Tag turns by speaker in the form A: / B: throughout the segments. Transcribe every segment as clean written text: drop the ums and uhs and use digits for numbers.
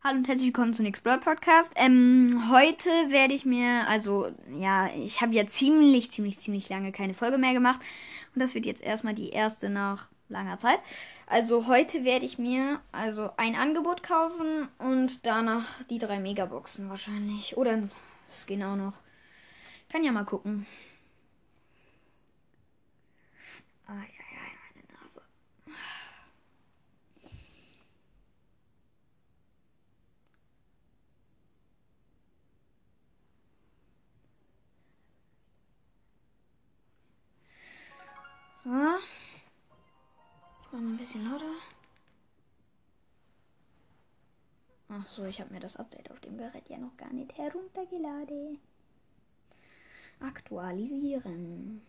A: Hallo und herzlich willkommen zum Nix Brawl Podcast. Heute werde ich mir, also ja, ich habe ja ziemlich lange keine Folge mehr gemacht. Und das wird jetzt erstmal die erste nach langer Zeit. Also heute werde ich mir also ein Angebot kaufen und danach die 3 Megaboxen wahrscheinlich. Oder ein Skin auch noch. Kann ja mal gucken. Ah, ja, meine Nase. So. Ich mache mal ein bisschen lauter. Ach so, ich habe mir das Update auf dem Gerät ja noch gar nicht heruntergeladen. Aktualisieren.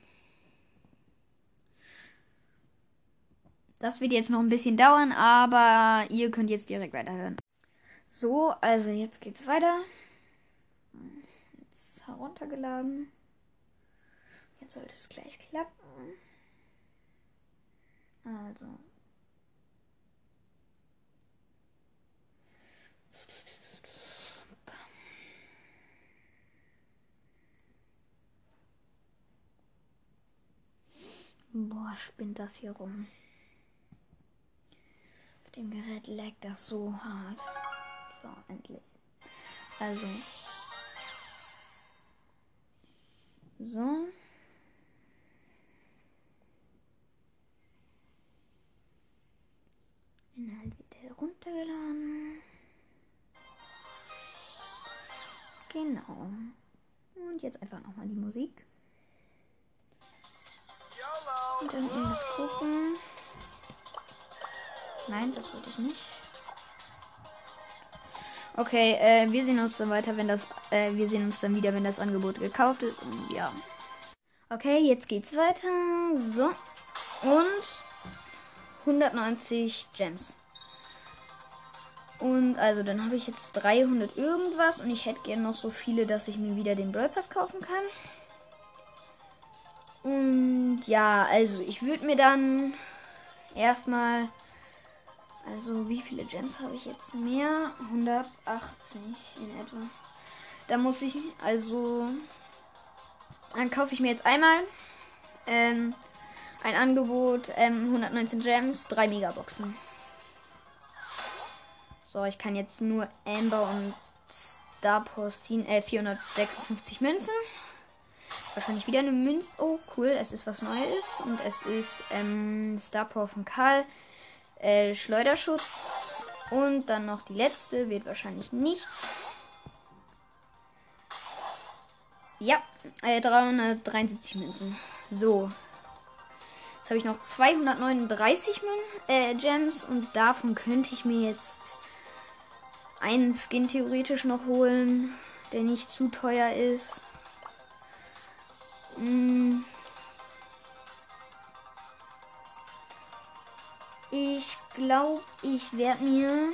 A: Das wird jetzt noch ein bisschen dauern, aber ihr könnt jetzt direkt weiterhören. So, also jetzt geht's weiter. Jetzt heruntergeladen. Jetzt sollte es gleich klappen. Also. Boah, spinnt das hier rum. Auf dem Gerät laggt das so hart. So, endlich. Also. So. Inhalt wird heruntergeladen. Genau. Und jetzt einfach nochmal die Musik. Und dann irgendwas gucken. Nein, das wollte ich nicht. Okay, wir sehen uns dann weiter, wenn das, wir sehen uns dann wieder, wenn das Angebot gekauft ist und ja. Okay, jetzt geht's weiter. So. Und 190 Gems. Und also dann habe ich jetzt 300 irgendwas und ich hätte gerne noch so viele, dass ich mir wieder den Brawl Pass kaufen kann. Und ja, also ich würde mir dann erstmal, also wie viele Gems habe ich jetzt mehr? 180 in etwa. Da muss ich, also, dann kaufe ich mir jetzt einmal ein Angebot, 119 Gems, 3 Megaboxen. So, ich kann jetzt nur Amber und Star Power ziehen, 456 Münzen. Wahrscheinlich wieder eine Münze. Oh, cool, es ist was Neues. Und es ist Star Power von Karl, Schleuderschutz. Und dann noch die letzte, wird wahrscheinlich nichts. Ja, 373 Münzen. So. Jetzt habe ich noch 239 Gems und davon könnte ich mir jetzt einen Skin theoretisch noch holen, der nicht zu teuer ist. Ich glaube, ich werde mir...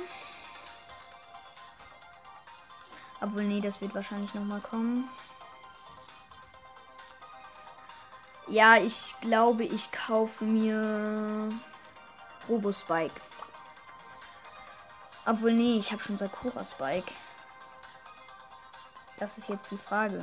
A: Obwohl, nee, das wird wahrscheinlich nochmal kommen. Ja, ich glaube, ich kaufe mir Robo-Spike. Obwohl, nee, ich habe schon Sakura-Spike. Das ist jetzt die Frage.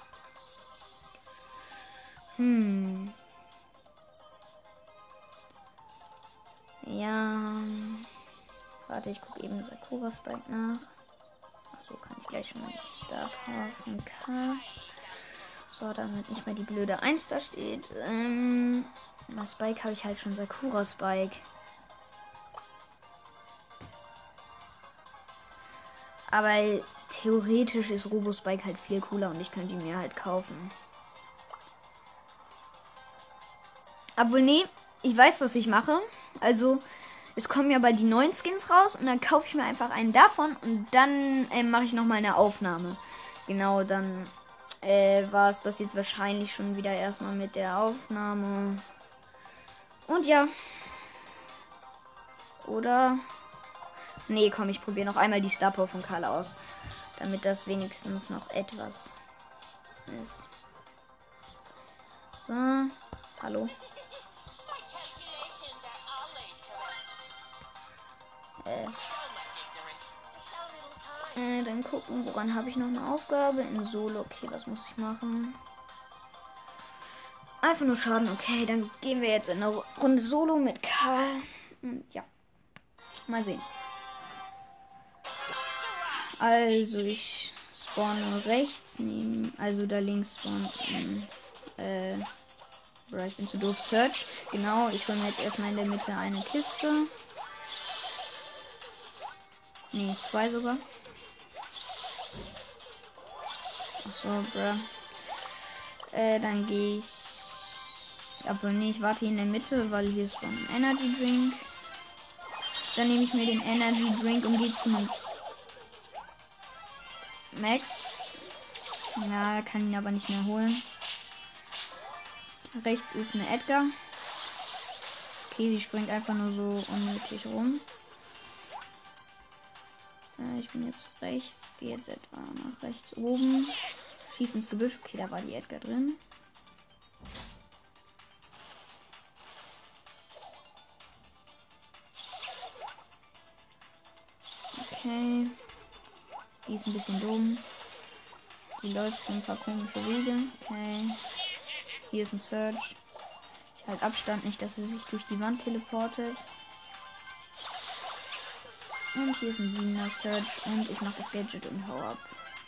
A: Ja. Warte, ich gucke eben Sakura-Spike nach. Achso, kann ich gleich schon mal die Star Power von K. So, damit nicht mehr die blöde 1 da steht. Bei Spike habe ich halt schon Sakura-Spike. Aber theoretisch ist Robo-Spike halt viel cooler und ich könnte ihn mir halt kaufen. Obwohl, nee, ich weiß, was ich mache. Also, es kommen ja bald die neuen Skins raus und dann kaufe ich mir einfach einen davon und dann mache ich nochmal eine Aufnahme. Genau, dann war es das jetzt wahrscheinlich schon wieder erstmal mit der Aufnahme. Und ja. Oder... Nee, komm, ich probiere noch einmal die Star Power von Karl aus. Damit das wenigstens noch etwas ist. So. Hallo. Dann gucken, woran habe ich noch eine Aufgabe? In Solo. Okay, was muss ich machen? Einfach nur Schaden. Okay, dann gehen wir jetzt in eine Runde Solo mit Karl. Und ja, mal sehen. Also ich spawne rechts neben, also da links spawnt ich bin zu doof. Search. Genau, ich hole mir jetzt erstmal in der Mitte eine Kiste. Nee, 2 sogar. Achso, bruh. Dann gehe ich. Obwohl, nee, ich warte hier in der Mitte, weil hier ist so ein Energy Drink. Dann nehme ich mir den Energy Drink und gehe zu Max. Ja, kann ihn aber nicht mehr holen. Rechts ist eine Edgar. Okay, sie springt einfach nur so unnötig rum. Ich bin jetzt rechts, gehe jetzt etwa nach rechts oben. Schieß ins Gebüsch. Okay, da war die Edgar drin. Okay. Die ist ein bisschen dumm. Die läuft so ein paar komische Wege. Okay. Hier ist ein Search. Ich halte Abstand, nicht, dass sie sich durch die Wand teleportet. Und hier ist ein 7er Search. Und ich mache das Gadget und hau ab.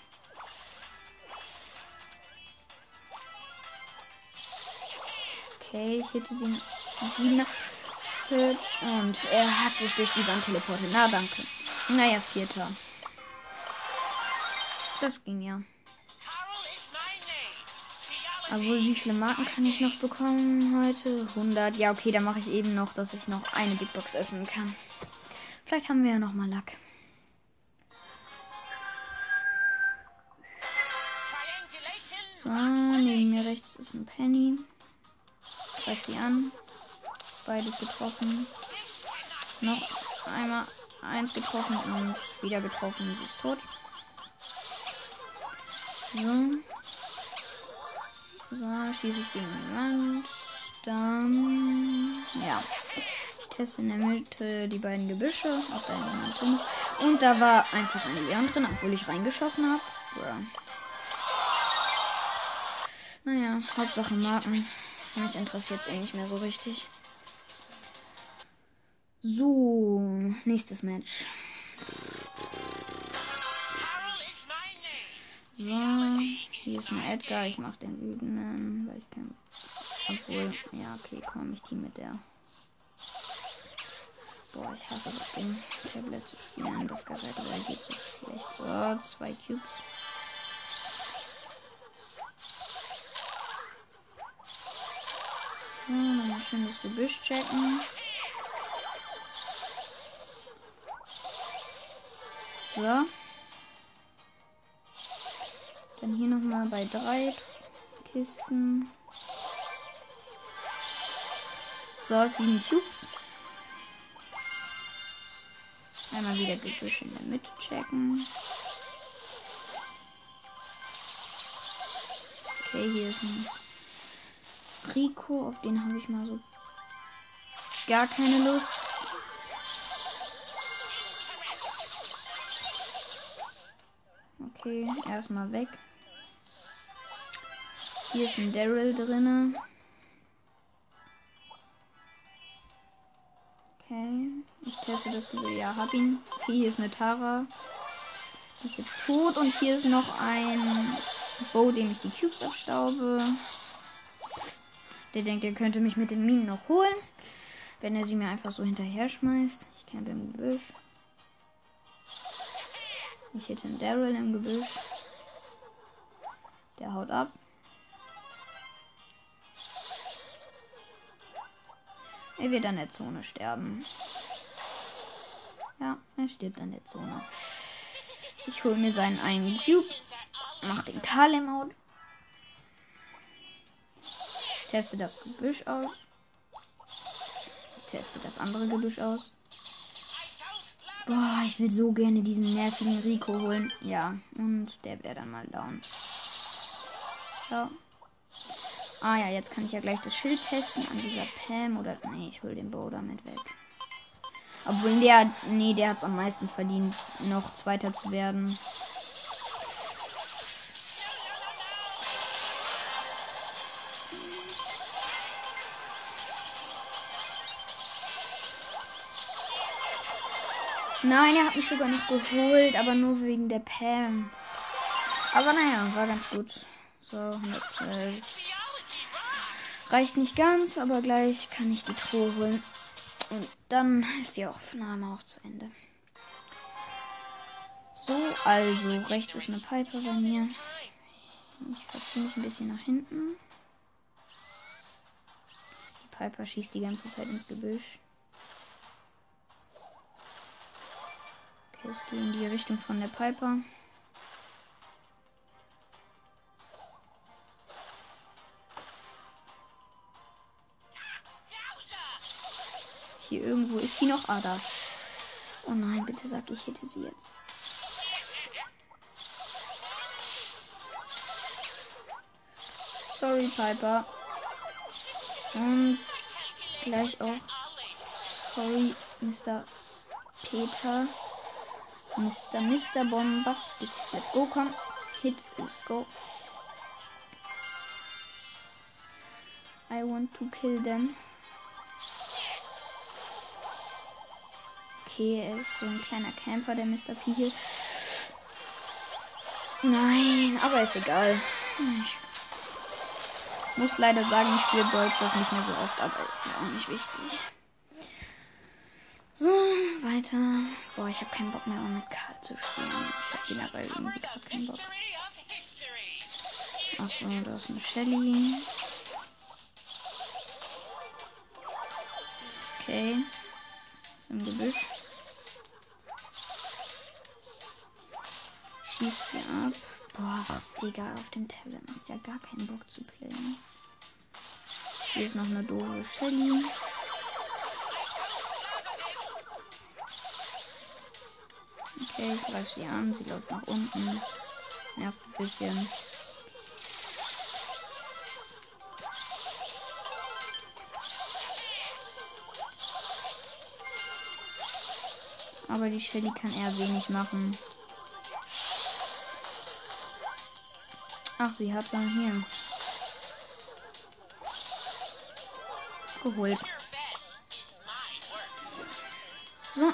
A: Okay, ich hätte den 7er Search. Und er hat sich durch die Wand teleportet. Na, danke. Naja, 4. Das ging ja. Obwohl, wie viele Marken kann ich noch bekommen heute? 100. Ja, okay, dann mache ich eben noch, dass ich noch eine Big Box öffnen kann. Vielleicht haben wir ja noch mal Lack. So, neben mir rechts ist ein Penny. Greif sie an. Beides getroffen. Noch einmal eins getroffen und wieder getroffen. Sie ist tot. So. So, schieße ich gegen die Wand. Dann, ja. Ich teste in der Mitte die beiden Gebüsche. Ob da jemand drin ist. Und da war einfach ein Leon drin, obwohl ich reingeschossen habe. Ja. Naja, Hauptsache Marken. Mich interessiert es eh nicht mehr so richtig. So, nächstes Match. So, hier ist ein Edgar. Ich mach den wütenden, weil ich kein. Obwohl, ja, okay, komm, ich team mit der. Boah, ich hasse es auf dem Tablet zu spielen. Das Gerät reagiert so schlecht. So, 2 Cubes. So, nochmal schön das Gebüsch checken. So. Dann hier nochmal bei 3 Kisten. So, 7 Cubes. Einmal wieder Gebüsch in der Mitte checken. Okay, hier ist ein Rico. Auf den habe ich mal so gar keine Lust. Okay, erstmal weg. Hier ist ein Daryl drinne. Okay, ich teste das Gewehr. Ja, hab ihn. Okay, hier ist eine Tara. Die ist jetzt tot. Und hier ist noch ein Bo, dem ich die Cubes abstaube. Der denkt, er könnte mich mit den Minen noch holen. Wenn er sie mir einfach so hinterher schmeißt. Ich campe im Gebüsch. Ich hätte einen Daryl im Gebüsch. Der haut ab. Er wird an der Zone sterben. Ja, er stirbt an der Zone. Ich hole mir seinen einen Cube. Mach den Karl im Out. Teste das Gebüsch aus. Teste das andere Gebüsch aus. Boah, ich will so gerne diesen nervigen Rico holen. Ja, und der wäre dann mal down. So. Ah ja, jetzt kann ich ja gleich das Schild testen an dieser Pam. Oder nee, ich hole den Bo damit weg. Obwohl der, nee, der hat es am meisten verdient, noch Zweiter zu werden. Nein, er hat mich sogar noch geholt, aber nur wegen der Pam. Aber naja, war ganz gut. So, 112. Reicht nicht ganz, aber gleich kann ich die Truhe holen. Und dann ist die Aufnahme auch zu Ende. So, also, rechts ist eine Piper bei mir. Ich verziehe mich ein bisschen nach hinten. Die Piper schießt die ganze Zeit ins Gebüsch. Okay, es geht in die Richtung von der Piper. Hier irgendwo ist die noch. Ah, da. Oh nein, bitte sag, ich hätte sie jetzt. Sorry, Piper. Und gleich auch. Sorry, Mr. Peter. Mr. Bombastic. Let's go, komm. Hit, let's go. I want to kill them. Okay, er ist so ein kleiner Camper, der Mr. P hier. Nein, aber ist egal. Ich muss leider sagen, ich spiele Brawl Stars nicht mehr so oft, aber ist ja auch nicht wichtig. So, weiter. Boah, ich habe keinen Bock mehr, mit Karl zu spielen. Ich habe generell irgendwie gerade keinen Bock. Achso, da ist eine Shelly. Okay. Ist im Gebüsch. Schießt sie ab. Boah, Digga, auf dem Tablet macht ja gar keinen Bock zu playen. Hier ist noch eine doofe Shelly. Okay, ich greife sie an. Sie läuft nach unten. Nervt ein bisschen. Aber die Shelly kann eher wenig machen. Ach, sie hat dann hier geholt. So.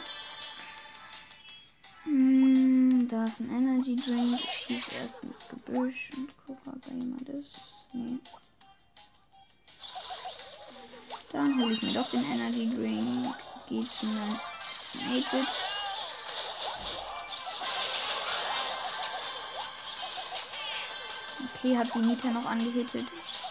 A: Da ist ein Energy Drink. Ich schieße erst ins Gebüsch und gucke, ob da jemand ist. Nee. Dann hole ich mir doch den Energy Drink. Geht zu einem 8-Bit. Okay, hab die Nita noch angehittet.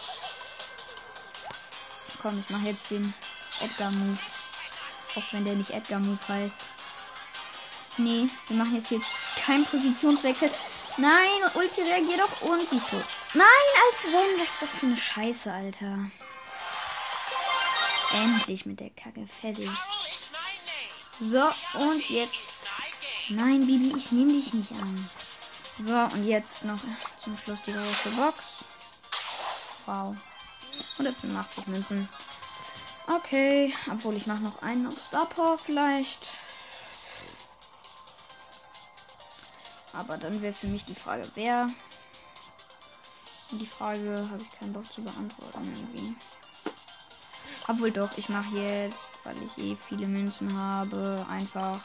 A: Komm, ich mache jetzt den Edgar-Move. Auch wenn der nicht Edgar-Move heißt. Nee, wir machen jetzt hier keinen Positionswechsel. Nein, Ulti, reagier doch und sie ist tot. Nein, als wenn. Was ist das für eine Scheiße, Alter. Endlich mit der Kacke fertig. So, und jetzt. Nein, Bibi, ich nehme dich nicht an. So, und jetzt noch zum Schluss die große Box. Wow. 185 Münzen. Okay, obwohl ich mache noch einen auf Star Power vielleicht. Aber dann wäre für mich die Frage, wer. Und die Frage habe ich keinen Bock zu beantworten irgendwie. Obwohl doch, ich mache jetzt, weil ich eh viele Münzen habe, einfach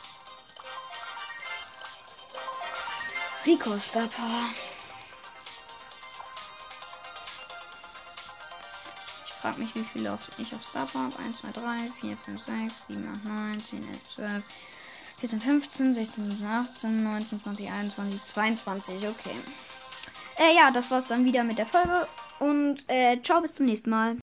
A: Rico Star Power. Ich frage mich, wie viele ich auf Star Power habe. 1, 2, 3, 4, 5, 6, 7, 8, 9, 10, 11, 12, 14, 15, 16, 17, 18, 19, 20, 21, 22. Okay. Ja, das war's dann wieder mit der Folge. Und ciao, bis zum nächsten Mal.